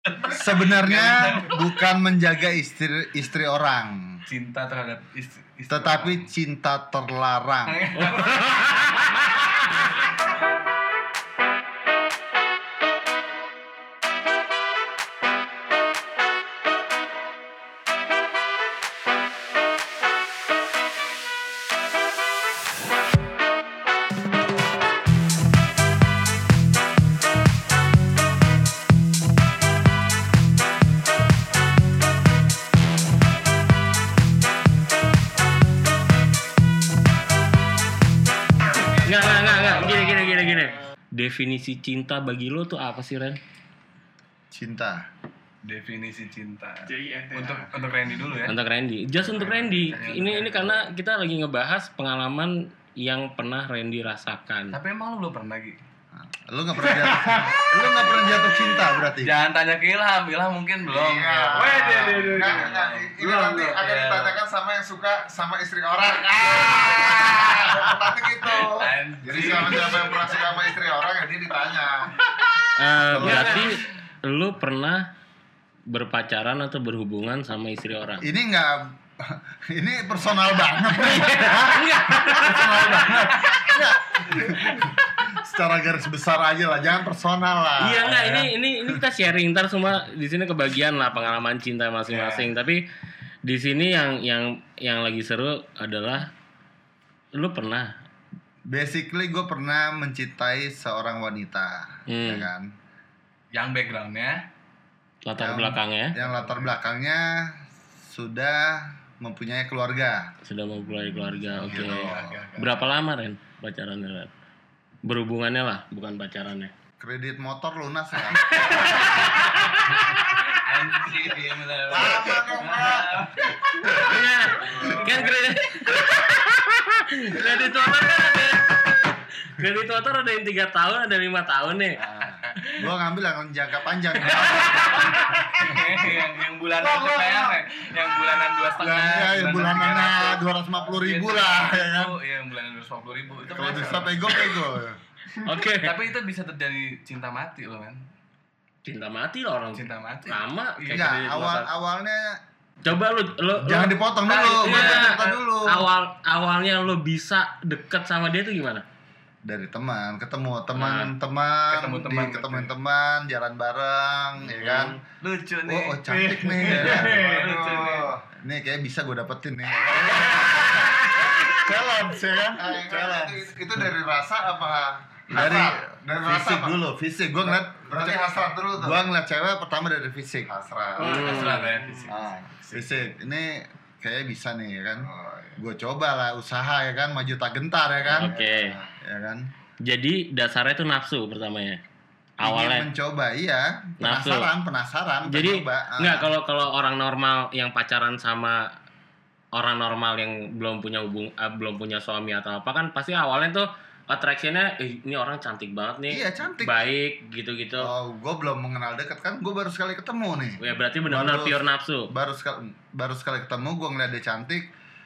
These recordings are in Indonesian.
Sebenarnya bukan menjaga istri orang, Cinta terhadap istri tetapi cinta terlarang. Nggak. Gini. Definisi cinta bagi lo tuh apa sih, Ren? Cinta. Definisi cinta. JINTA. Untuk Randy dulu ya. Untuk Randy, just untuk Randy. Ini karena kita lagi ngebahas pengalaman yang pernah Randy rasakan. Tapi emang lu belum pernah Gi? Lu nggak pernah jatuh cinta berarti? Jangan tanya ke Ilham mungkin belum. Iya. Ini nanti akan ditanyakan sama yang suka sama istri orang. Nanti gitu. Jadi siapa yang pernah suka sama istri orang ya dia ditanya. Berarti lu pernah berpacaran atau berhubungan sama istri orang? Ini personal banget. Enggak. Personal banget. Enggak. Secara garis besar aja lah, jangan personal lah. Iya enggak, ini kita sharing, ntar semua di sini kebagian lah pengalaman cinta masing-masing. Tapi di sini yang lagi seru adalah lu pernah. Basically gue pernah mencintai seorang wanita, ya kan? Yang backgroundnya Latar belakangnya? Yang latar belakangnya sudah mempunyai keluarga. Sudah mau mulai keluarga, oke. Gitu. Berapa lama, Ren, pacarannya, Ren? Berhubungannya lah, bukan pacarannya. Kredit motor lunas ya. anjir dia benar. Lama dong, Pak. Iya, kan kredit motor ada yang 3 tahun, ada 5 tahun nih. Gua ngambil yang jangka panjang. yang bulanan CPR ya. Yang bulanan 2,5. Ya, yang bulanannya 250.000 lah, ya kan? Iya, yang bulanan 250.000 itu. Kalau bisa pego. Oke. Tapi itu bisa terjadi cinta mati loh kan. Cinta mati lah orang. Cinta mati. Lama kayak Enggak, kredit motor. awalnya Coba lu jangan dipotong dulu, gua cerita dulu. Awalnya lu bisa deket sama dia tuh gimana? Dari teman, ketemu Ketemuin teman, jalan bareng, ya kan? Lucu nih. Oh, cantik nih. Ya kan? Lucu nih. Nih kayak bisa gue dapetin nih. Challenge ya kan? Challenge. Itu dari rasa apa? Dari Dari fisik rasa apa? dulu, fisik. Gue ngeliat, Berarti hasrat dulu tuh. gue ngeliat cewek pertama dari fisik. Hasrat. Terserah ya fisik. Fisik. Ini kayaknya bisa nih ya kan? Oh, iya. Gue coba lah usaha ya kan, maju tak gentar ya kan? Oke. Ya kan? Jadi dasarnya tuh nafsu pertamanya. Awalnya. Ingin mencoba, iya. Nafsu. Penasaran. Jadi mencoba. enggak kalau orang normal yang pacaran sama orang normal yang belum punya suami atau apa kan pasti awalnya tuh attraction-nya ini orang cantik banget nih. Iya, cantik. Baik gitu-gitu. Oh, gue belum mengenal dekat kan, gue baru sekali ketemu nih. Ya berarti benar-benar pure nafsu. Baru sekali ketemu, gue ngeliat dia cantik.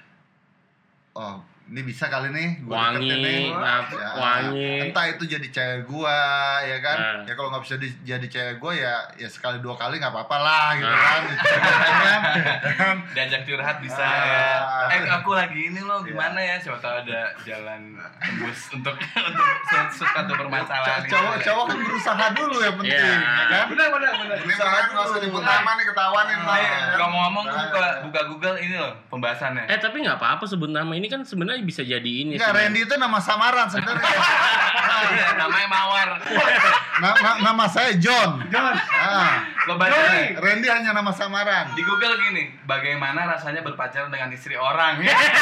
Oh, ini bisa kali nih, gue Wangi, deketin nih. wangi. Entah itu jadi cewek gue, ya kan? Nah. Ya kalau nggak bisa jadi cewek gue ya sekali 2 kali nggak apa-apa lah, gitu kan? Ya kan? Diajak curhat bisa Ah. ya. Aku lagi ini loh gimana ya? Siapa tahu ada jalan tembus untuk suatu permasalahan. Cowok kan berusaha dulu ya penting, Iya. ya kan? Benar. Ini bahkan nggak usah disebut nama nih, ketahuan nih. Ngomong-ngomong buka Google ini loh pembahasannya. Tapi nggak apa-apa sebut nama, ini kan sebenarnya bisa jadi ini. Enggak, Randy itu nama samaran sebenarnya. Namanya Mawar. Nama saya John. Lo baca nih. Randy hanya nama samaran. Di Google gini, bagaimana rasanya berpacaran dengan istri orang?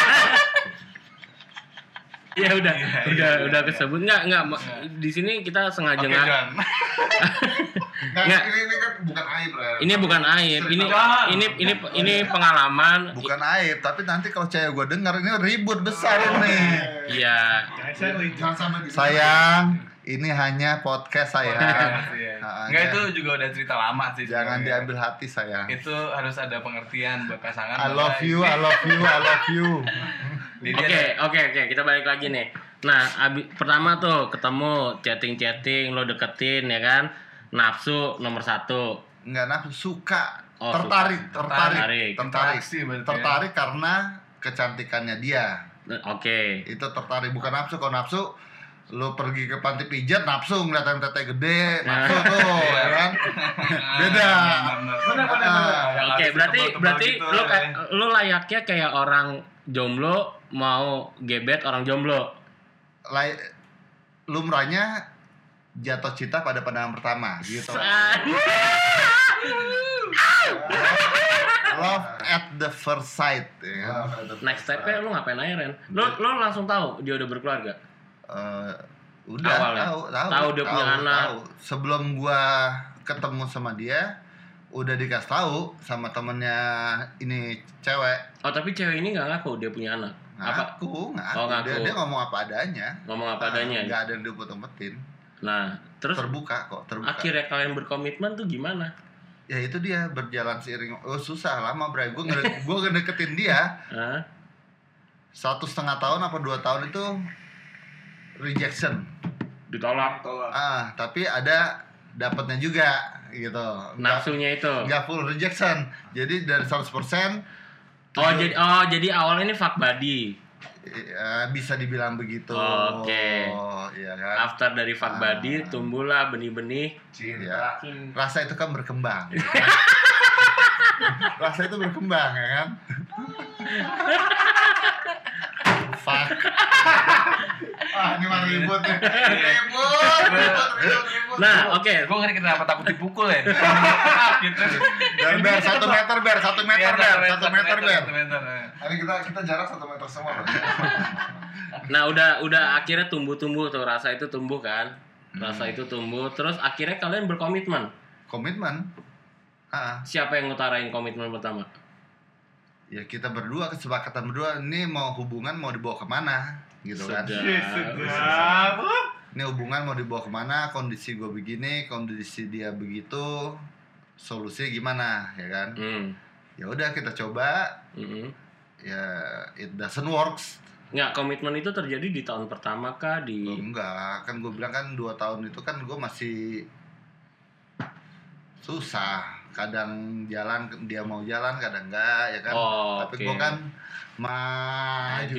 Ya udah kesebut nggak di sini kita sengaja Oke, John. Nggak. Ini kan bukan aib, Ren. Ini bukan aib, ini pengalaman. Bukan aib, tapi nanti kalau cewek gue dengar ini ribut besar nih. Iya. Jangan sampai Sayang, ini hanya podcast saya. Enggak, itu juga udah cerita lama sih. Jangan sebenarnya. diambil hati sayang. Itu harus ada pengertian buat pasangan. I love you. Oke, kita balik lagi nih. Nah, pertama tuh ketemu chatting, lo deketin ya kan. Nafsu nomor 1. nggak nafsu, suka, Oh, tertarik, Tertarik. Interaksi berarti ya. tertarik karena kecantikannya dia. Oke. Itu tertarik, bukan nafsu. Kalau nafsu lu pergi ke panti pijat nafsu ngeliatin tete gede, nafsu tuh, ya kan? Beda. Benar. Oke, berarti lu layaknya kayak orang jomblo mau gebet orang jomblo. Lumrahnya jatuh cinta pada pandangan pertama gitu. Love at the first sight, ya kan? Next step-nya lu ngapain aja, Ren? Lu langsung tahu dia udah berkeluarga? Udah Awalnya? Tahu dia punya anak. tahu. Sebelum gua ketemu sama dia udah dikasih tahu sama temennya ini cewek. Oh, tapi cewek ini nggak ngaku dia punya anak. Ngaku. Oh, ngaku. Dia ngomong apa adanya. Ngomong apa adanya. Nggak ada yang diumpet-umpetin. Nah, terus Terbuka. akhirnya kalian berkomitmen tuh gimana? Ya itu dia berjalan seiring. Oh susah lama bray. Gue ngedeketin dia. Hah? 1,5 tahun apa 2 tahun itu rejection. Ditolak. Tapi ada dapatnya juga gitu. Nafsunya itu. Nggak full rejection. Jadi dari 100% Jadi awalnya ini fuck buddy. ya, bisa dibilang begitu. Oke. Iya kan. After dari fuck buddy tumbuhlah benih-benih Ya. Rasa itu kan berkembang. Rasa itu berkembang ya kan. Fuck. Ini mah ribut nih. Ribut. Nah, oke. Gue ngeri kenapa takut dipukul ya. Gitu. Dan 1 meter ber. 1 meter ber. Hari kita jarak 1 meter semua. Nah, udah akhirnya tumbuh tuh rasa itu tumbuh kan. Rasa itu tumbuh terus akhirnya kalian berkomitmen. Komitmen. Siapa yang ngutarain komitmen pertama? Ya kita berdua, kesepakatan berdua. Ini mau hubungan mau dibawa kemana gitu kan. Ini hubungan mau dibawa kemana, kondisi gue begini, kondisi dia begitu, solusinya gimana ya kan. Ya udah kita coba. Ya it doesn't works. Nggak, komitmen itu terjadi di tahun pertama kah di Enggak, kan gue bilang kan 2 tahun itu kan gue masih susah. Kadang jalan, dia mau jalan, kadang enggak ya kan. Tapi gue kan maju.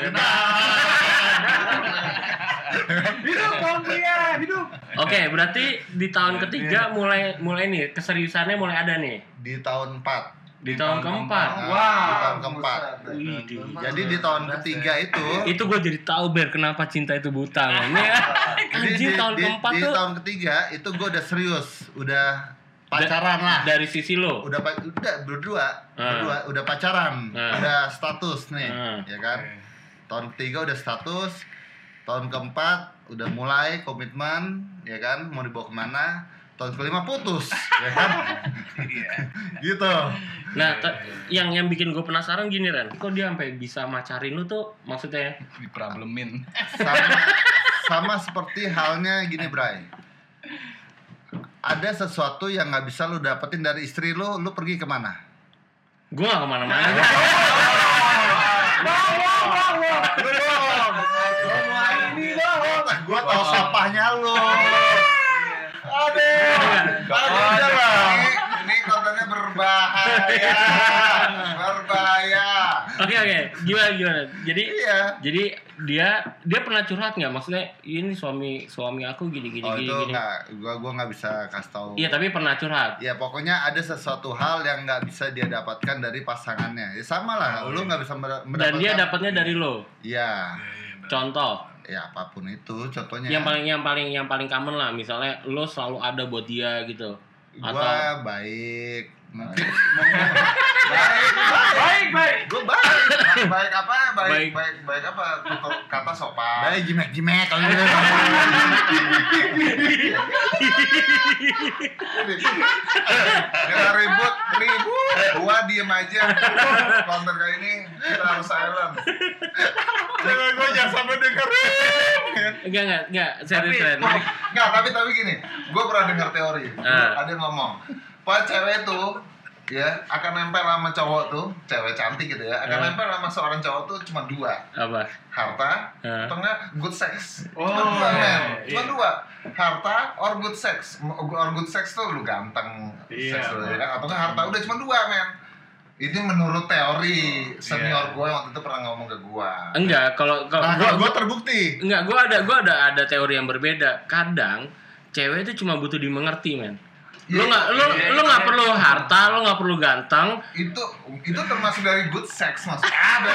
Hidup. Oke, berarti di tahun ketiga mulai nih keseriusannya mulai ada nih. Di tahun 4. Di tahun keempat. Di tahun keempat. Jadi di tahun ketiga itu gue jadi tahu Ber kenapa cinta itu buta. Anjir, tahun keempat di tuh. Tahun ketiga itu gue udah serius, udah pacaran lah. Dari sisi lo. Udah berdua udah pacaran, udah status nih, ya kan. Tahun ketiga udah status, tahun keempat udah mulai komitmen, ya kan, mau dibawa kemana. Tahun kelima putus, ya kan. Gitu. Nah, yang bikin gue penasaran gini Ren, kok dia sampai bisa macarin lu tuh maksudnya? Diproblemin. Sama seperti halnya gini Bray. Ada sesuatu yang nggak bisa lu dapetin dari istri lu pergi kemana? Gue gak kemana-mana. Gue tau sampahnya lu. Ini kontennya berbahaya. Oke, gimana? Jadi Iya. Jadi dia pernah curhat nggak? Maksudnya ini suami aku gini. Itu nggak, gua nggak bisa kasih tahu. Iya, tapi pernah curhat. Ya pokoknya ada sesuatu hal yang nggak bisa dia dapatkan dari pasangannya. Ya sama lah, lu nggak bisa mendapatkan. Dan dia dapatnya dari lo. Iya. Contoh. Ya apapun itu, contohnya. Yang paling common lah, misalnya lo selalu ada buat dia gitu. Gua baik. Mungkin Baik. Gue baik. Baik apa? Baik apa? Tutur kata sopan. baik jimek kalau gitu. Jangan ribut. Gua diem aja. Konten kayak ini kita harus silent. Gua jangan sampai dengerin. Enggak, serius Ren. Tapi gini. Gue pernah dengar teori. Ada yang ngomong, pas cewek tuh ya akan nempel sama cowok tuh, cewek cantik gitu ya, akan nempel sama seorang cowok tuh cuma 2. Apa? Harta, atau enggak good sex. Oh, Cuma 2 men. iya. Cuma 2. harta or good sex. Or good sex tuh lu ganteng, seks lu ya kan? Atau nggak harta udah cuma 2 men. Ini menurut teori senior gue yang waktu itu pernah ngomong ke gue. Enggak, kalau gue terbukti. Enggak, gue ada teori yang berbeda. Kadang cewek itu cuma butuh dimengerti, men. Lu nggak perlu harta, lu nggak perlu ganteng. Itu termasuk dari good sex mas.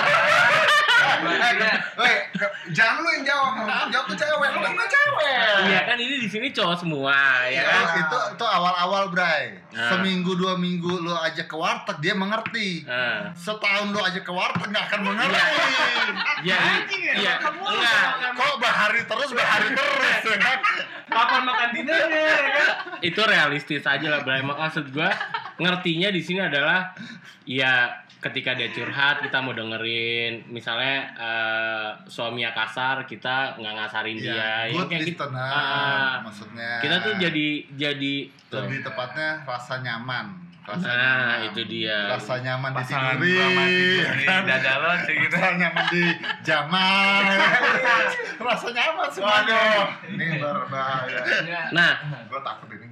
Jangan lu yang jawab ke cewek, lu kan cewek. Iya kan ini di sini cowok semua, ya kan? Itu awal-awal, Bray. Seminggu 2 minggu lu ajak ke warteg dia mengerti. Setahun lu ajak ke warteg nggak akan mengerti. Iya. Enggak. Kok bahari terus kan? Kapan makan dinernya ya kan? Itu realistis aja lah, Bray. Maksud gua ngertinya di sini adalah ya ketika dia curhat kita mau dengerin, misalnya suaminya kasar kita nggak ngasarin dia, good kayak gitu. Maksudnya Kita tuh jadi lebih tepatnya rasa nyaman. Itu dia. Rasa nyaman di Pasangan tiduri, dada lo gitu. rasa nyaman di jaman. Rasa nyaman semuanya. Ini berbahaya. Nah, Gue takut ini.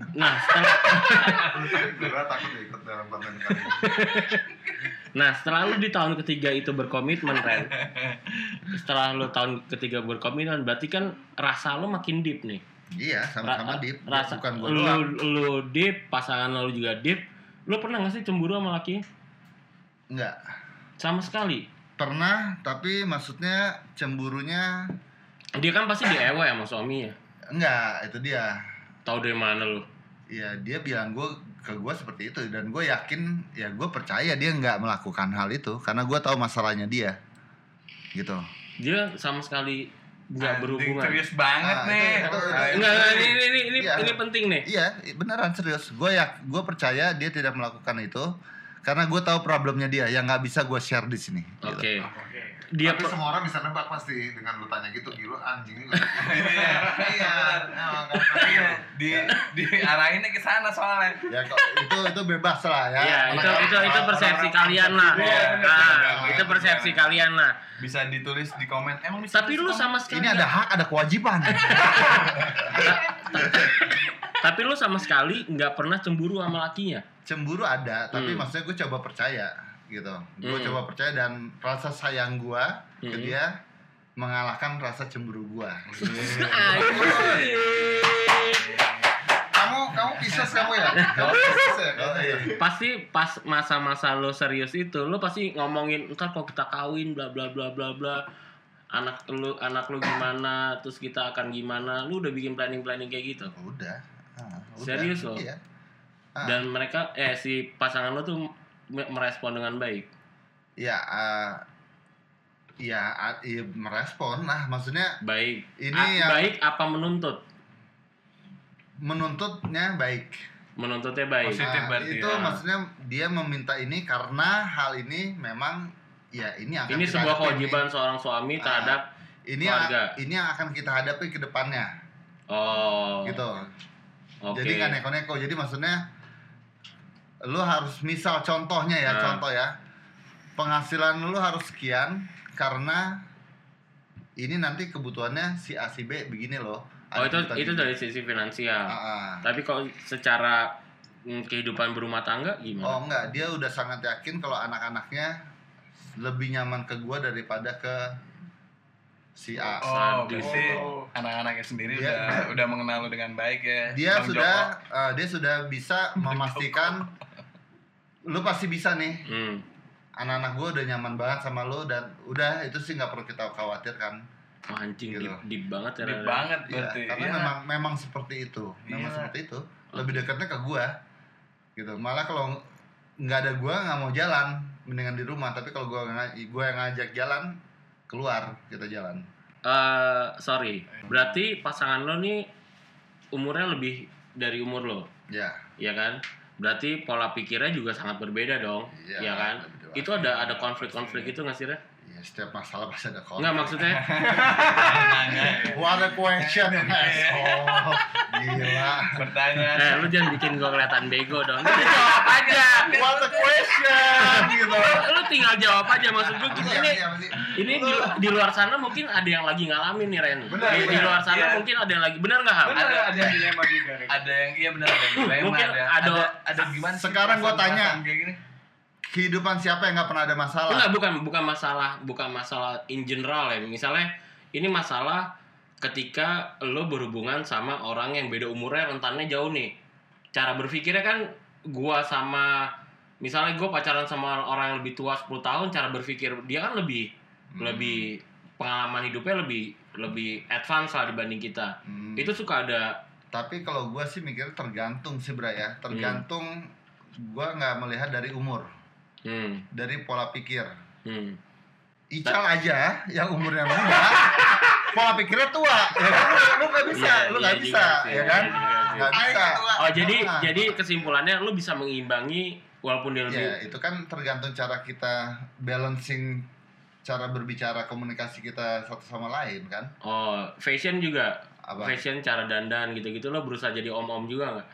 Gue takut ikut dalam konten kali ini. Nah, setelah lu di tahun ketiga itu berkomitmen, Ren. Setelah lu tahun ketiga berkomitmen, berarti kan rasa lu makin deep nih. Iya, sama-sama deep. Rasa Bukan gua doang. lu deep, pasangan lu juga deep. Lu pernah gak sih cemburu sama laki? Enggak. Sama sekali. Pernah, tapi maksudnya cemburunya Dia kan pasti diewe sama suaminya. enggak, itu dia. Tahu dari mana lu? Iya, dia bilang ke gue seperti itu dan gue yakin, ya gue percaya dia nggak melakukan hal itu karena gue tahu masalahnya dia, gitu. Dia sama sekali nggak berhubungan. Serius banget nih. Ini penting nih. Iya, beneran serius. Gue percaya dia tidak melakukan itu karena gue tahu problemnya dia yang nggak bisa gue share di sini. Oke. Gitu. Tapi semua orang bisa nebak pasti dengan lu tanya gitu, gila anjing. Iya. Diarahinnya ke sana soalnya. Ya itu bebas lah ya. Iya, itu persepsi kalian lah. Nah, itu persepsi kalian lah. Bisa ditulis di komen. Emang bisa. Tapi lu sama sekali Ini ada hak, ada kewajiban. Tapi lu sama sekali nggak pernah cemburu sama lakinya. Cemburu ada, tapi maksudnya gue coba percaya gitu. Gue coba percaya dan rasa sayang gue ke dia mengalahkan rasa cemburu gue. Kamu Pisces kamu ya? Kamu Pisces ya? Pasti pas masa-masa lo serius itu lo pasti ngomongin ntar kalau kita kawin bla bla bla bla bla, anak lu gimana, terus kita akan gimana, lu udah bikin planning kayak gitu? Udah. Serius lo? Iya. Dan mereka si pasangan lo tuh merespon dengan baik. Ya merespon lah, maksudnya Baik. Ini baik apa menuntut? Menuntutnya baik. Menuntutnya baik. Positif berarti. Itu maksudnya dia meminta ini karena hal ini memang ya ini akan Ini kita sebuah hadapi kewajiban seorang suami terhadap keluarga. Ini yang akan kita hadapi ke depannya. Oh. Gitu. Oke. Jadi nggak neko-neko. Jadi maksudnya lu harus misal contohnya ya, contoh ya. Penghasilan lu harus sekian karena ini nanti kebutuhannya si A si B begini loh. Oh itu dari sisi finansial. Tapi kalau secara kehidupan berumah tangga gimana? Oh enggak, dia udah sangat yakin kalau anak-anaknya lebih nyaman ke gua daripada ke si A. Berarti anak-anaknya sendiri udah mengenal lu dengan baik ya. Dia sudah bisa memastikan lu pasti bisa nih. Anak-anak gua udah nyaman banget sama lu dan udah itu sih nggak perlu kita khawatirkan. Oh, anjing gitu. deep banget ya. Deep banget Ya, berarti. karena memang seperti itu. Memang seperti itu. Lebih dekatnya ke gua. Gitu. Malah kalau nggak ada gua nggak mau jalan, mendingan di rumah. Tapi kalau gua yang ngajak jalan, keluar kita jalan. Sorry. Berarti pasangan lo nih umurnya lebih dari umur lo. Ya. Iya kan? Berarti pola pikirnya juga sangat berbeda dong. Iya kan? Itu ada konflik-konflik itu nggak sih, Re? Ya, setiap masalah pasti ada konflik. Enggak maksudnya. What a question, oh, gila. Bertanya. Lu jangan bikin gua kelihatan bego dong. Lu jawab aja. What a question. fashion gitu. Lu tinggal jawab aja, maksud gue Apa gitu. sih, apa sih? Ini di luar sana mungkin ada yang lagi ngalamin nih, Ren. Benar, Di benar. luar sana Iya. mungkin ada yang lagi, benar nggak, Ham? Ada yang dilema juga. Ada yang iya benar, ada yang dilema, Mungkin ada gimana sih Sekarang gua tanya. perasaan-perasaan kayak gini? Kehidupan siapa yang nggak pernah ada masalah? Enggak, bukan masalah in general ya. Misalnya ini masalah ketika lo berhubungan sama orang yang beda umurnya, rentannya jauh nih. Cara berpikirnya kan gua sama misalnya gua pacaran sama orang yang lebih tua 10 tahun, cara berpikir dia kan lebih pengalaman hidupnya lebih advance lah dibanding kita. Itu suka ada. Tapi kalau gua sih mikirnya tergantung sih, Bra ya. Tergantung gua nggak melihat dari umur. Dari pola pikir. Ical aja yang umurnya muda, pola pikirnya tua. Ya kan lu nggak bisa, Iya, lu nggak iya bisa, juga sih, ya kan? iya juga sih. Nggak bisa. Oh, Nah. jadi kesimpulannya lu bisa mengimbangi walaupun dia lebih. Ya, itu kan tergantung cara kita balancing cara berbicara, komunikasi kita satu sama lain kan. Oh, fashion juga. Apa? Fashion, cara dandan gitu-gitu lo berusaha jadi om-om juga nggak?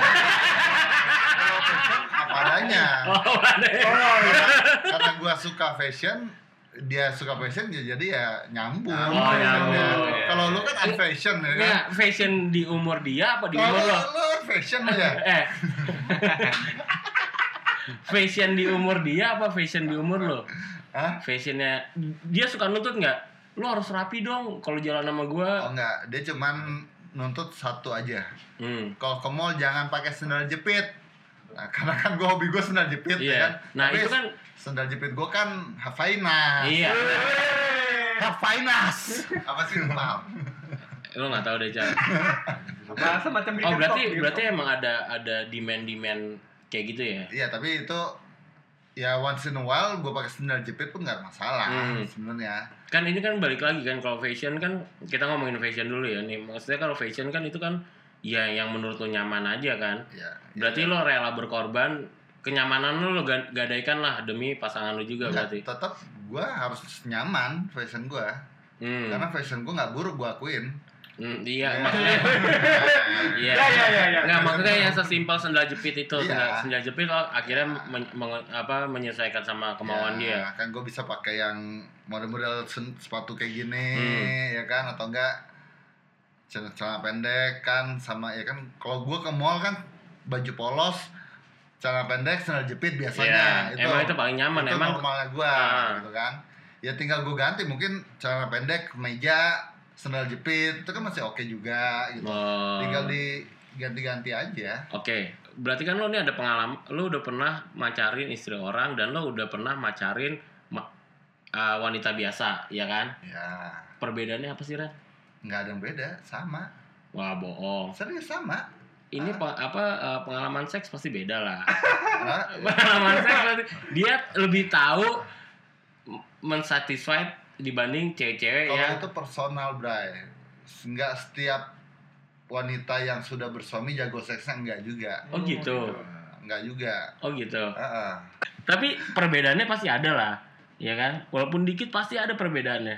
Kalau fashion apa adanya. Oh, ada ya. Ya. Karena gua suka fashion, dia suka fashion jadi ya nyambung. Oh, nyambung. Ya. Kalau lu kan unfashion ya kan. Nggak, fashion di umur dia apa di umur lo? Lu fashion ya. Fashion di umur dia apa fashion di umur lo? Hah? Fashionnya dia suka nuntut nggak? Lu harus rapi dong kalau jalan sama gua. Oh enggak, dia cuman nuntut satu aja. Hmm. Kalau ke mall jangan pakai sendal jepit. Nah, karena kan gua hobi gua sendal jepit Iya. ya kan. Nah, Tapi itu kan sendal jepit gua kan Havainas. iya. Havainas. Apa sih paham? Lu nggak tahu deh, Cak. Bahasa macam Oh, berarti emang ada demand kayak gitu ya? Iya, tapi itu ya once in a while gua pakai sendal jepit pun nggak masalah sebenarnya. Kan ini kan balik lagi kan, kalau fashion kan kita ngomongin fashion dulu ya nih. Maksudnya kalau fashion kan itu kan ya yang menurut lo nyaman aja kan. Iya. Berarti lo rela berkorban kenyamanan lo gadaikan lah demi pasangan lo juga berarti. Tetap gua harus nyaman fashion gua. Karena fashion gua nggak buruk, gua akuin. Iya, maksudnya iya. Ya. Nggak, maksudnya yang sesimpel sendal jepit itu, Iya. sendal jepit lo akhirnya menyesuaikan sama kemauan dia. Kan gue bisa pakai yang model-model sepatu kayak gini, ya kan, atau enggak celana pendek kan, sama ya kan. Kalau gue ke mall kan baju polos, celana pendek, sandal jepit biasanya. Iya, emang itu paling nyaman, itu emang. normalnya gue, gitu kan. Ya tinggal gue ganti mungkin celana pendek, kemeja, sandal jepit, itu kan masih oke juga gitu. Oh. Tinggal diganti-ganti aja. Oke, berarti kan lo nih ada pengalaman, lo udah pernah macarin istri orang dan lo udah pernah macarin wanita biasa, ya kan? Ya, Perbedaannya apa sih, Ren? nggak ada yang beda, sama. Wah, bohong. Serius sama. Ini pengalaman seks pasti beda lah. Nah, Pengalaman seks pasti dia lebih tahu mensatisfy dibanding cewek-cewek kalau yang itu personal, Bray. Nggak setiap wanita yang sudah bersuami jago seksnya, enggak juga. oh gitu. Enggak juga. Oh gitu. Heeh. Tapi perbedaannya pasti ada lah, ya kan? Walaupun dikit pasti ada perbedaannya.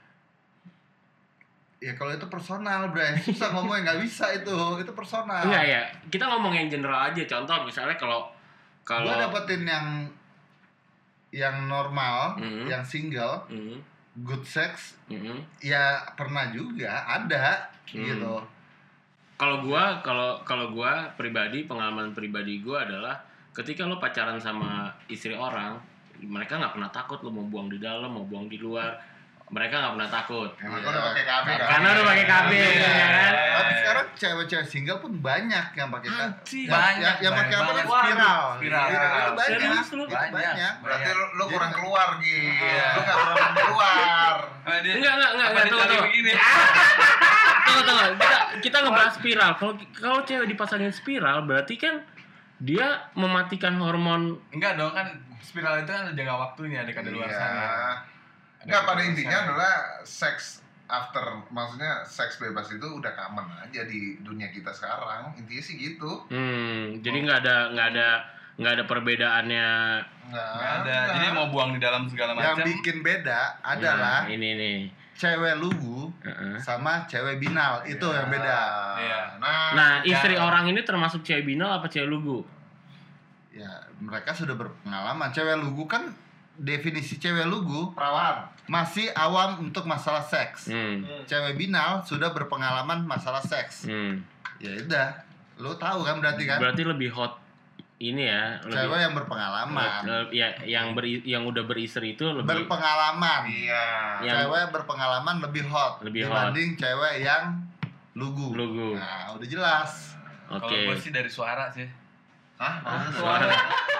Ya kalau itu personal, Bray. Susah ngomongnya, nggak bisa itu. Itu personal. Enggak ya, kita ngomong yang general aja. Contoh misalnya kalau Gua dapetin yang normal, Mhm. yang single, Mhm, good sex, mhm. ya pernah juga ada gitu. Kalau gua pribadi, pengalaman pribadi gua adalah ketika lo pacaran sama istri orang, mereka nggak pernah takut lo mau buang di dalam, mau buang di luar. Mereka nggak pernah takut. Emang gua udah pakai KB kan. Karena udah pakai KB, ya kan? Tapi sekarang cewek-cewek single pun banyak yang pakai Anjir. Banyak, yang pakai apa? banget. Spiral. Spiral. Itu banyak. Serius lu? Itu banyak. Berarti lu kurang keluar gitu. Iya. Lu nggak kurang keluar. Enggak, Apa dicari tunggu. begini? Tunggu. Kita ngebahas spiral. Kalau cewek dipasangin spiral, berarti kan dia mematikan hormon. Enggak dong, kan spiral itu kan ada jangka waktunya, ada Iya. luar sana. Nggak, pada intinya adalah seks after, maksudnya seks bebas itu udah common aja di dunia kita sekarang. Intinya sih gitu. Jadi nggak ada perbedaannya. Nggak ada. Jadi mau buang di dalam segala Yang macam. bikin beda adalah Nah, ini nih. cewek lugu Heeh. sama cewek binal. Itu yang beda. Iya. Nah, istri orang ini termasuk cewek binal apa cewek lugu? ya mereka sudah berpengalaman. Cewek lugu kan, definisi cewek lugu Perawan. masih awam untuk masalah seks. Cewek binal sudah berpengalaman masalah seks. Ya udah, lo tahu kan berarti kan? Berarti lebih hot ini ya, Cewek yang berpengalaman. ya yang udah beristri itu lebih Berpengalaman. Iya. Cewek berpengalaman lebih hot dibanding cewek yang lugu. Nah, udah jelas. Kalau Oke. gue sih dari suara sih. Hah? Suara.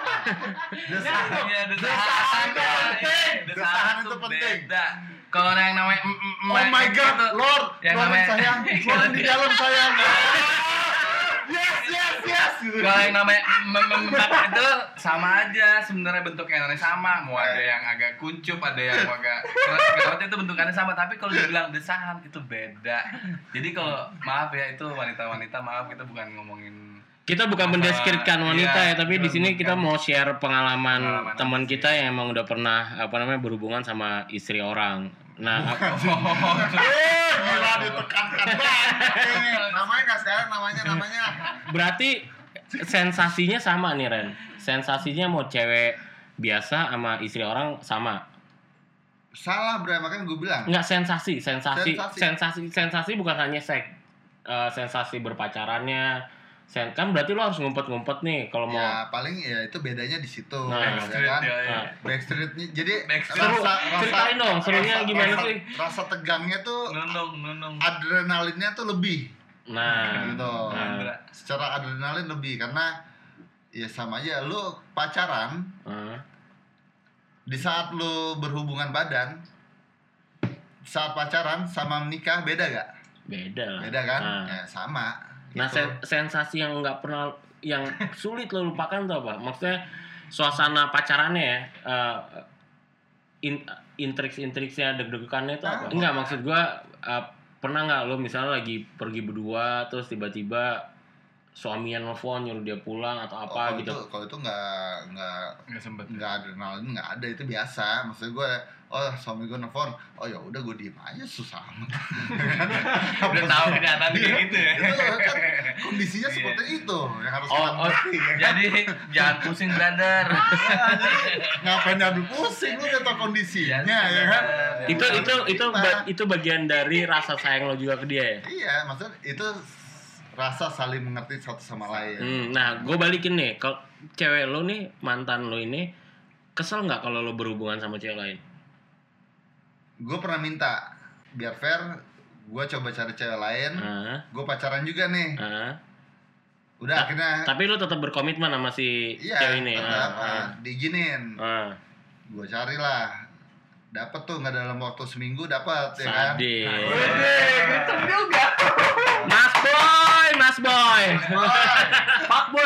Iya, Desahan itu penting. Beda. Kalau yang namanya Oh my god, Lord, yang Lord namanya sayang, Lord di dalam sayang. Yes. kalau yang namanya itu sama aja sebenarnya, bentuknya sama, mau ada yang agak kuncup, ada yang agak kerawat, itu bentukannya sama, tapi kalau dibilang desahan itu beda. Jadi kalau maaf ya, itu wanita-wanita, maaf, kita bukan ngomongin, Kita bukan mendeskripsikan wanita iya, ya, tapi di sini kita bukan. mau share pengalaman teman apa kita yang emang udah pernah berhubungan sama istri orang. Nah, Gila ditekankan banget. Namanya nggak sekarang, namanya. berarti sensasinya sama nih Ren. Sensasinya mau cewek biasa sama istri orang sama. Salah, Bray, makanya gue bilang. Enggak, sensasi bukan hanya seks. Sensasi berpacarannya. Kan berarti lo harus ngumpet-ngumpet nih kalau mau. Ya paling ya itu bedanya di situ. Nah, ya kan? ya. Backstreet jadi Backstreet. Ceritain dong, serunya gimana sih? Rasa tegangnya tuh nunung. adrenalinnya tuh lebih. Nah, Gitu. Secara adrenalin lebih karena ya sama aja lu pacaran di saat lu berhubungan badan, saat pacaran sama menikah beda gak? beda lah. Beda kan? Nah. Ya sama. Nah, Gitu. sensasi yang nggak pernah, yang sulit lo lupakan tuh apa? Maksudnya suasana pacarannya ya, intriks-intriksnya, deg-degannya itu apa? Enggak, maksud gua pernah nggak lo misalnya lagi pergi berdua terus tiba-tiba suaminya nelfon nyuruh dia pulang atau apa gitu? Kalau itu Nggak sempet. nggak adrenalin, nggak ada, itu biasa. Maksud gue, suami gue nelfon, ya udah gue diem aja, susah amat. Udah tahu kenyataan kayak gitu ya. Itu kan kondisinya seperti itu yang harus kita ngerti. Ya kan? Jadi jangan pusing, brother. Ngapain nyadu pusing, lu udah tau kondisinya ya kan? Itu bagian dari rasa sayang lo juga ke dia ya? Iya, maksudnya itu rasa saling mengerti satu sama lain. Nah, gue balikin nih, kalau cewek lo nih, mantan lo ini kesel nggak kalau lo berhubungan sama cewek lain? Gue pernah minta biar fair, gue coba cari cewek lain, gue pacaran juga nih. Udah akhirnya. Tapi lo tetap berkomitmen sama si cewek ini. Diizinin. Gue carilah, dapat tuh, nggak dalam waktu seminggu dapat ya kan? Sadis. Gitu juga. Mas boy. Pak boy.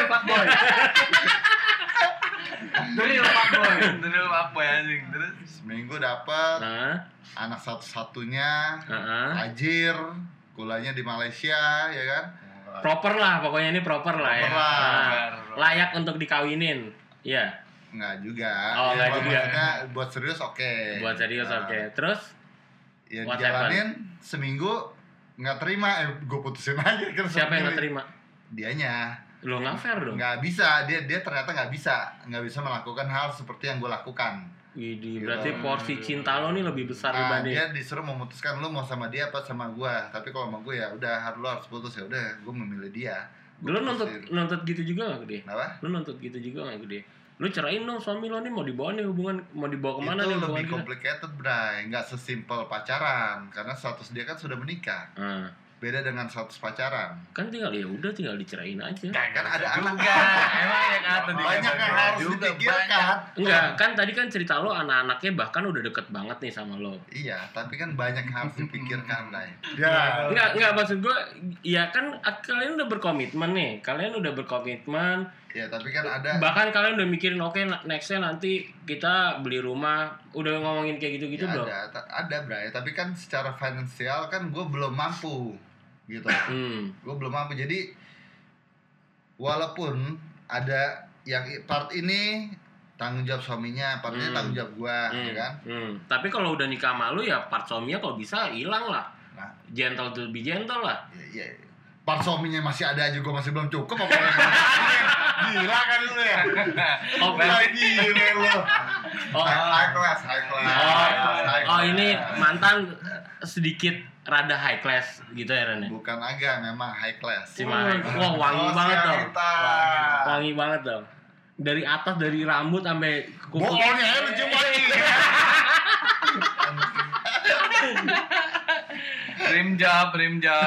Dari Dulu apa ya anjing? Terus Seminggu dapat, anak satu-satunya, ajir, kuliahnya di Malaysia ya kan? Proper lah, pokoknya ini proper lah ya. Proper lah. Layak untuk dikawinin. Iya. Nggak juga. Oh, nggak juga. Maksudnya buat serius oke. Buat serius oke. Terus Ya what dijalanin seminggu nggak terima, gue putusin aja kan. siapa yang nggak terima? Dianya. Lo nggak fair dong. Nggak bisa, dia ternyata nggak bisa melakukan hal seperti yang gue lakukan. Widih, berarti porsi cinta lo nih lebih besar dibanding. Dia disuruh memutuskan lu mau sama dia apa sama gue. Tapi kalau sama gue ya udah, lu harus putus, ya udah, gue memilih dia. Lu nuntut gitu juga nggak ke dia? Kenapa? Lu nuntut gitu juga nggak ke dia? Lu cerain dong suami lo nih, mau dibawa nih hubungan, mau dibawa kemana itu nih lebih hubungan kita? complicated, Bray. Nggak sesimpel pacaran, karena status dia kan sudah menikah. Beda dengan status pacaran. Kan tinggal dicerain aja. Kan ada anak. emang ya kan Banyak yang harus dipikirkan. Enggak, kan tadi kan cerita lo anak-anaknya bahkan udah deket banget nih sama lo. Iya, tapi kan banyak yang harus dipikirkan, Bray. Ya. Enggak maksud gue, ya kan kalian udah berkomitmen nih. Ya, tapi kan ada. Bahkan kalian udah mikirin oke, nextnya nanti kita beli rumah, udah ngomongin kayak gitu-gitu belum? Ada, Bray. Tapi kan secara finansial kan gue belum mampu, gitu. Gue belum mampu. Jadi walaupun ada yang part ini tanggung jawab suaminya, part ini tanggung jawab gue, ya kan? Tapi kalau udah nikah sama lu ya part suaminya kalau bisa hilang lah. Nah, Gentle to be gentle lah. iya. Part suaminya masih ada aja, gue masih belum cukup apa yang gila kan lu ya? Oh, Gila lu. High class. Ini mantan sedikit rada high class gitu ya Ren? Bukan agak, memang high class. Cuma wah wangi banget dong. Kita. Wangi banget dong. Dari atas, dari rambut sampai kuku. Bohongnya lu cuma Rim job.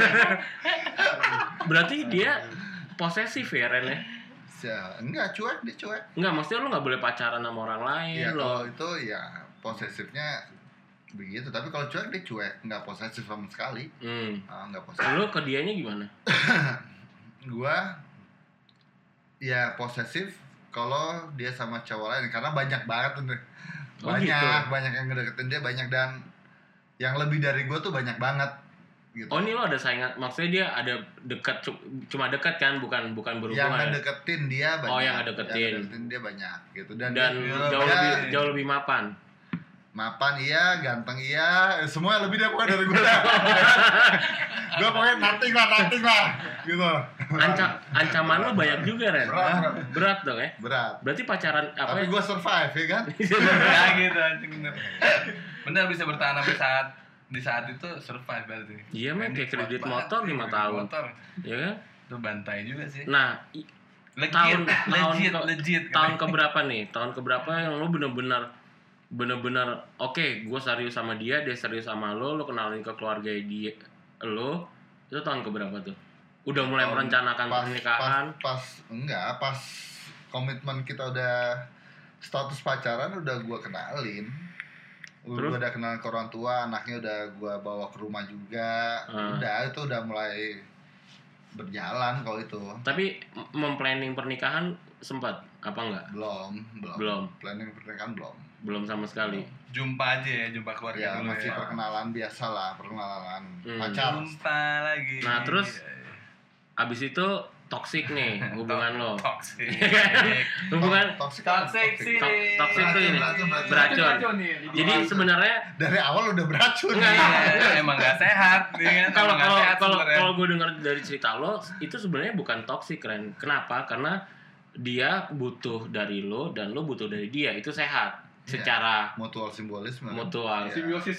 Berarti dia posesif ya Ren ya? Enggak, dia cuek. Enggak, maksudnya lu nggak boleh pacaran sama orang lain Ya loh. kalau itu ya posesifnya begitu, tapi kalau cuek dia cuek, nggak posesif sama sekali. Nggak posesif. Lu ke dianya gimana? Gua ya posesif kalau dia sama cowok lain, karena banyak banget tuh. Banyak yang ngedeketin dia, banyak, dan yang lebih dari gua tuh banyak banget gitu. Oh, ini lo ada saingan, maksudnya dia ada dekat, cuma dekat kan, bukan berhubungan. Yang ngedeketin dia banyak. Oh, yang ngedeketin dia banyak gitu, dan dia, jauh lebih mapan. Mapan iya, ganteng iya, semua lebih dia pokoknya dari gue dah. Gue pokoknya nothing lah, gitu. Ancaman lo banyak juga Ren. Berat dong ya. Berat. Berarti pacaran apa? Tapi gue survive ya kan. Ya gitu anjing bener bisa bertahan sampai di saat itu survive berarti. Iya men, kayak kredit motor 5 tahun. Iya kan? Itu bantai juga sih. Nah, legit. Tahun keberapa nih? Tahun keberapa yang lo bener-bener oke, gue serius sama dia serius sama lo kenalin ke keluarga dia lo, itu tahun keberapa tuh? Udah mulai merencanakan pernikahan? Pas komitmen kita udah status pacaran udah gue kenalin. Gue udah kenalin ke orang tua, anaknya udah gue bawa ke rumah juga. Udah, itu udah mulai berjalan kalau itu. Tapi memplanning pernikahan sempat apa enggak? Belum. Planning pernikahan belum. Belum sama sekali. Jumpa aja ya, jumpa keluarga ya, dulu masih ya. perkenalan biasa lah, pacar. Jumpa lagi. Nah, terus abis itu toksik nih hubungan lo. Toksik. Hubungan toksik sih. Toksik tuh ini beracun. Jadi sebenarnya dari awal udah beracun. Emang gak sehat. Kalau gue dengar dari cerita lo, itu sebenarnya bukan toksik Ren. Kenapa? Karena dia butuh dari lo dan lo butuh dari dia, itu sehat. Secara mutual simbolisme. Simbiosis.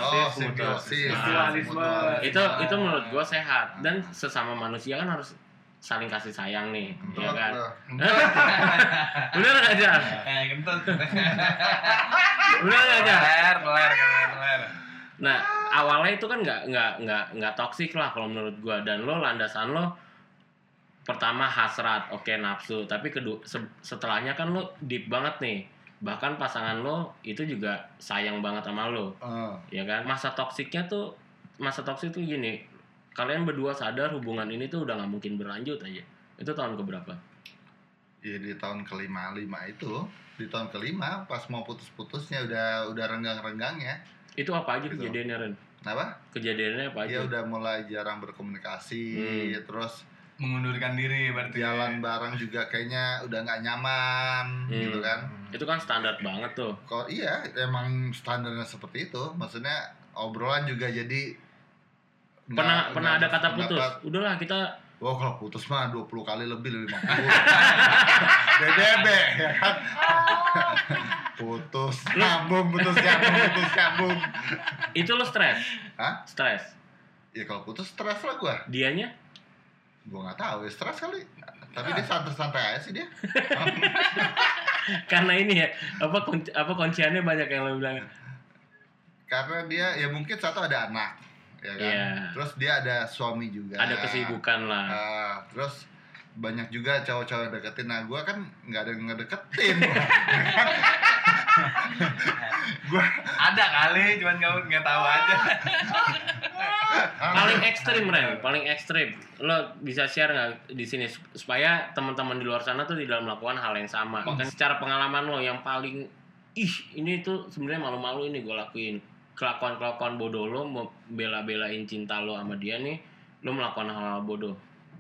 Itu menurut gue sehat, dan sesama manusia kan harus saling kasih sayang nih, ya kan? Bener nggak Jar? Kentut. Bener nggak Jar? Kelar. Nah, awalnya itu kan nggak toksik lah kalau menurut gue, dan lo landasan lo pertama hasrat, oke, nafsu, tapi kedua setelahnya kan lo deep banget nih. Bahkan pasangan lo itu juga sayang banget sama lo, ya kan? Masa toksik tuh gini, kalian berdua sadar hubungan ini tuh udah nggak mungkin berlanjut aja. Itu tahun keberapa? Ya di tahun kelima itu, di tahun kelima pas mau putus-putusnya udah renggang-renggangnya. Itu apa aja kejadiannya Ren? Apa? Kejadiannya apa aja? Ya udah mulai jarang berkomunikasi, terus mengundurkan diri berarti. Jalan bareng juga kayaknya udah nggak nyaman, gitu kan? Itu kan standar banget tuh. Kok iya, emang standarnya seperti itu. Maksudnya obrolan juga jadi pernah ada kata putus. Udahlah kita. Kalau putus mah 20 kali lebih 50. DDB ya kan. Putus nyambung. Itu lo stres? Hah? Stres. Ya kalau putus stres lah gua. Dianya? Gua nggak tahu, ya stres kali. Tapi dia santai aja sih dia. Karena ini ya, apa kunciannya banyak yang lo bilang. Karena dia ya mungkin satu ada anak, ya kan. Yeah. Terus dia ada suami juga. Ada kesibukan lah. Terus banyak juga cowok-cowok yang deketin. Nah, gua kan nggak ada yang ngedeketin. Gua ada kali, cuman kamu nggak tahu aja. Paling ekstrim. Lo bisa share nggak di sini supaya teman-teman di luar sana tuh tidak melakukan hal yang sama. Kan secara pengalaman lo yang paling ini tuh sebenarnya malu-malu ini gue lakuin. Kelakuan bodoh lo, mau bela-belain cinta lo sama dia nih, lo melakukan hal bodoh.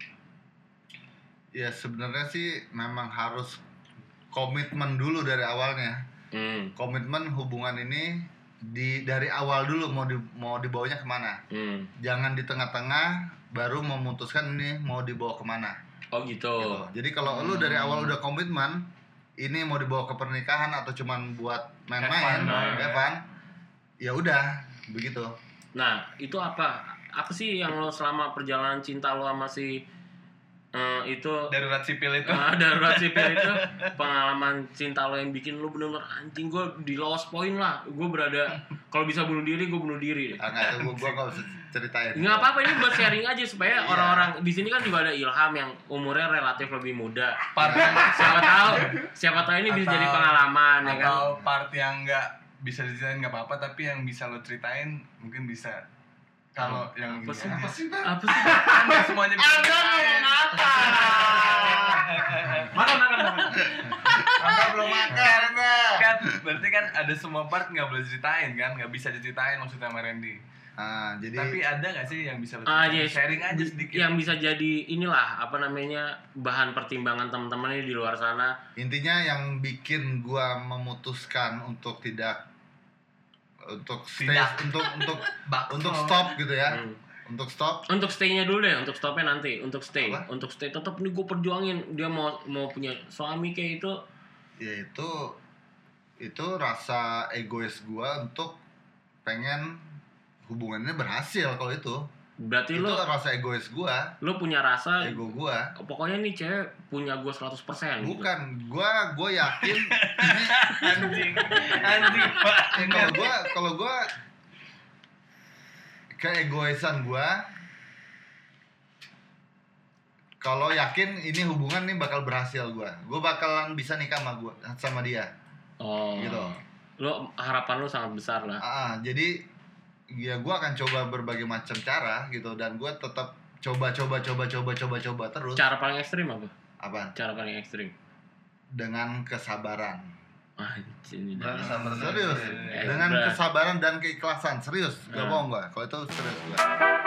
Ya sebenarnya sih memang harus komitmen dulu dari awalnya. Komitmen hubungan ini dari awal dulu mau dibawanya kemana. Jangan di tengah-tengah baru memutuskan ini mau dibawa kemana. Oh gitu. Jadi kalau lu dari awal udah komitmen ini mau dibawa ke pernikahan atau cuman buat main-main, Evan, ya udah begitu. Nah itu apa sih yang lo selama perjalanan cinta lo sama si itu darurat sipil itu darurat sipil itu pengalaman cinta lo yang bikin lo bener-bener anjing, gue di lowest point lah, gue berada kalau bisa bunuh diri gue bunuh diri. Nggak, gue nggak bisa ceritain. Nggak apa-apa, ini buat sharing aja supaya orang-orang di sini kan juga ada Ilham yang umurnya relatif lebih muda. Siapa tahu ini bisa jadi pengalaman ya kan. Atau part yang nggak bisa diceritain nggak apa-apa, tapi yang bisa lo ceritain mungkin bisa. Kalau yang apa sih? Anda semuanya bisa ceritain. Makan. Anda belum makan, Anda. Kan berarti kan ada semua part nggak boleh ceritain kan, nggak bisa diceritain maksudnya sama Randy. Jadi Tapi ada nggak sih yang bisa lo ceritain? Yes. Sharing aja sedikit. Yang bisa jadi inilah apa namanya bahan pertimbangan teman-teman di luar sana. intinya yang bikin gua memutuskan untuk untuk stop gitu ya. Untuk stop. Untuk stay-nya dulu deh, untuk stopnya nanti, untuk stay. Apa? Untuk stay tetap nih gue perjuangin. Dia mau punya suami kayak itu. Ya itu rasa egois gua untuk pengen hubungannya berhasil. Kalau itu Berarti itu lo rasa egois gua, punya rasa ego gua. pokoknya nih cewek punya gue 100% gitu. Bukan, gua yakin anjing kalau gua keegoisan gua kalau yakin ini hubungan nih bakal berhasil, gua bakalan bisa nikah sama dia. Oh. Gitu. Lo harapan lo sangat besar lah. Jadi ya gua akan coba berbagai macam cara gitu, dan gua tetap coba terus. Cara paling ekstrim apa? Apa? Cara paling ekstrim Dengan kesabaran. Anjing. Serius. Dengan kesabaran dan keikhlasan, serius. Gak bohong gua. Kalau itu serius gua.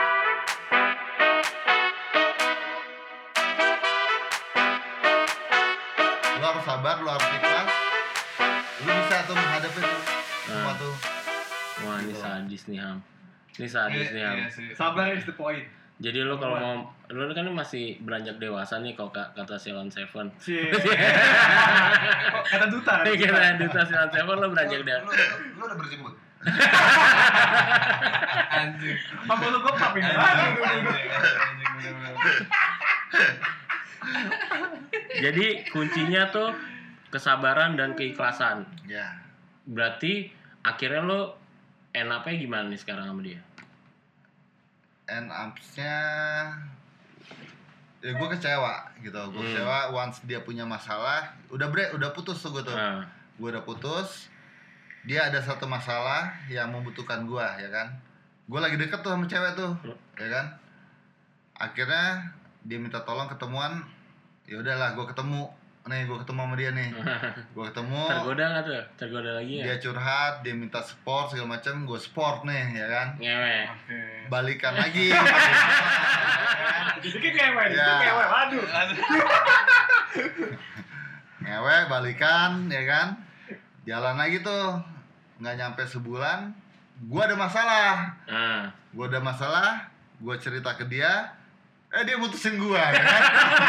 Lu harus sabar, lu harus ikhlas. Lu bisa tuh menghadapi semua tuh. Wah, ini sadis nih Ham. Ini sadis nih Ham. Sabar is the point. Jadi lo kalau mau, lo kan masih beranjak dewasa nih kalau kata Silon Seven. Kata duta. Kata duta Silon Seven lo beranjak dewasa. Lu udah berjemput? anjing Apa lu gue papin? Jadi kuncinya tuh kesabaran dan keikhlasan. Ya. Berarti akhirnya lo end up-nya gimana nih sekarang sama dia? End up-nya ya gue kecewa gitu. Gue kecewa once dia punya masalah. Udah putus tuh gue tuh. Gue udah putus. Dia ada satu masalah yang membutuhkan gue, ya kan. Gue lagi deket tuh sama cewek tuh, ya kan. Akhirnya dia minta tolong ketemuan. Ya udahlah, gue ketemu sama dia nih. Gue ketemu. Tergoda nggak tuh? Tergoda lagi ya? Dia curhat, dia minta support segala macam. Gue support nih, ya kan. Ngewe. Balikan lagi. Jadi ngewe, waduh. Ngewe, balikan, ya kan. Jalan lagi tuh, nggak nyampe sebulan. Gue ada masalah. Gue cerita ke dia. Dia mutusin gue, ya kan.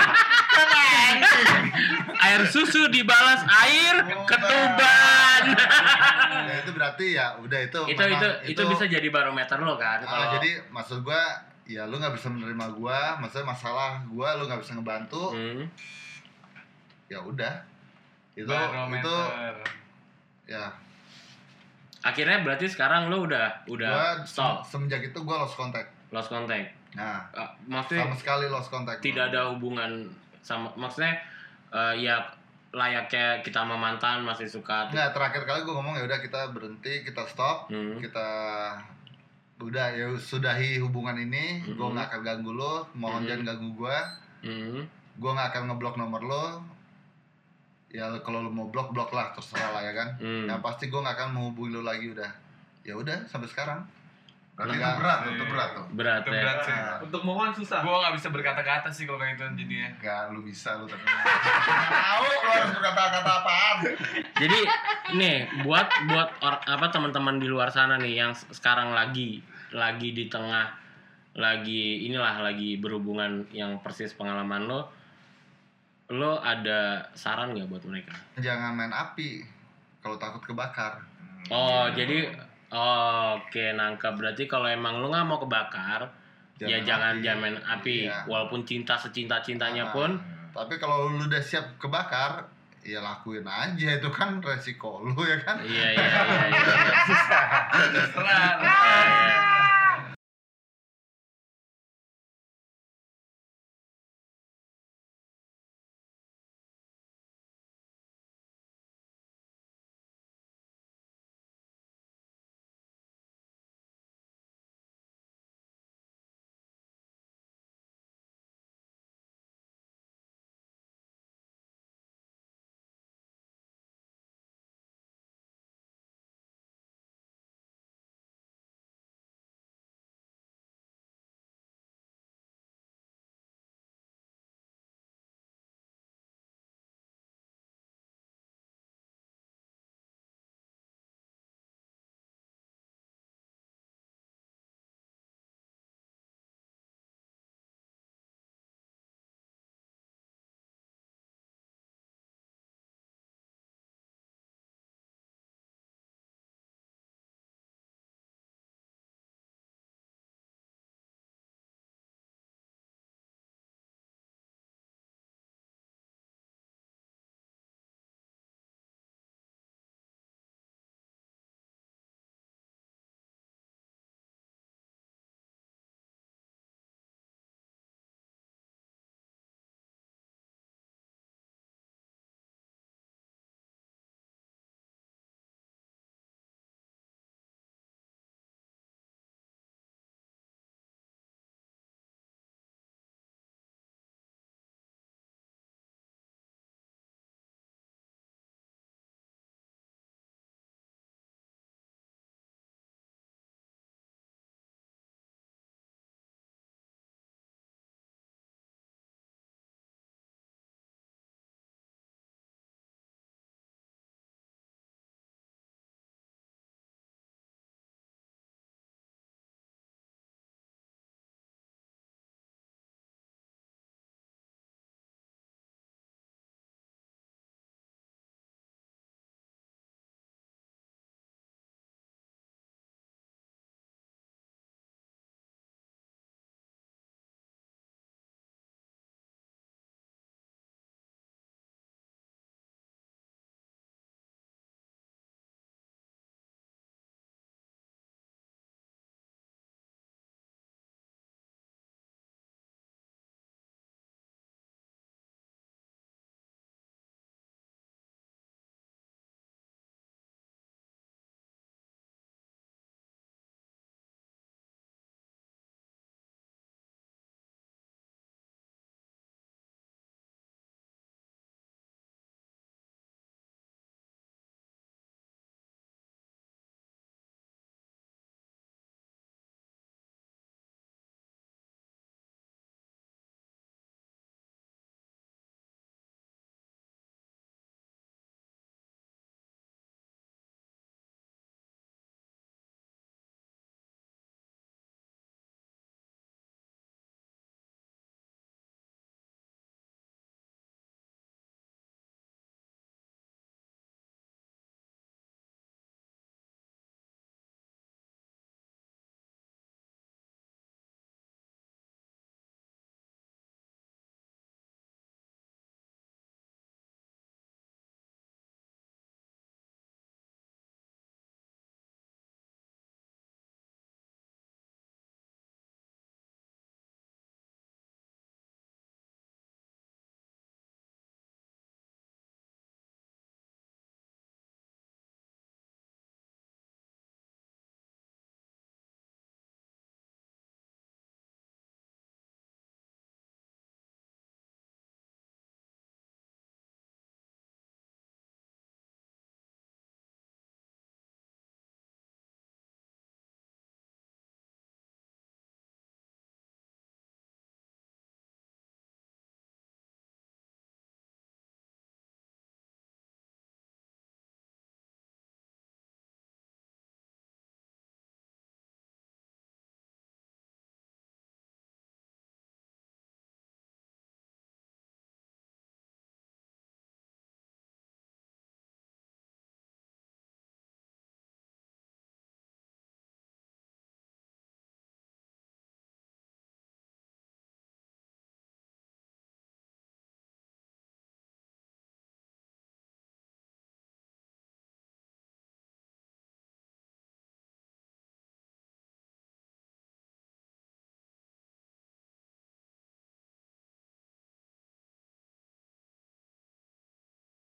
Air susu dibalas air ketuban. Ya itu berarti ya udah itu bisa jadi barometer lo kan. Jadi maksud gua ya lu nggak bisa menerima gua, maksudnya masalah gua lu nggak bisa ngebantu. Ya udah. Itu ya. Akhirnya berarti sekarang lo udah stop. Semenjak itu gua lost contact. Nah, maksudnya sama sekali lost contact. Tidak ada hubungan sama, maksudnya ya layaknya kita sama mantan masih suka. Nggak, terakhir kali gue ngomong ya udah kita berhenti, kita stop, kita udah ya sudahi hubungan ini. Gue nggak akan ganggu lo, mohon jangan ganggu gue. Gue nggak akan ngeblok nomor lo. Ya kalau lo mau blok lah, terserah lah ya kan. Yang pasti gue nggak akan menghubungi lo lagi udah. Ya udah sampai sekarang. Berarti itu berat tuh. Berat sih. Untuk mohon susah. Gua nggak bisa berkata-kata sih kalau kayak itu jadinya. Enggak, lu bisa lu tapi. Tahu lu harus berkata-kata apaan. Jadi nih buat teman-teman di luar sana nih yang sekarang lagi di tengah lagi berhubungan yang persis pengalaman lo ada saran nggak buat mereka? Jangan main api kalau takut kebakar. Jadi oke, nangkep. Berarti kalau emang lo nggak mau kebakar, jangan main api. Iya. Walaupun cinta-cintanya pun. Tapi kalau lu udah siap kebakar, ya lakuin aja, itu kan resiko lu ya kan. Iya. Terserah.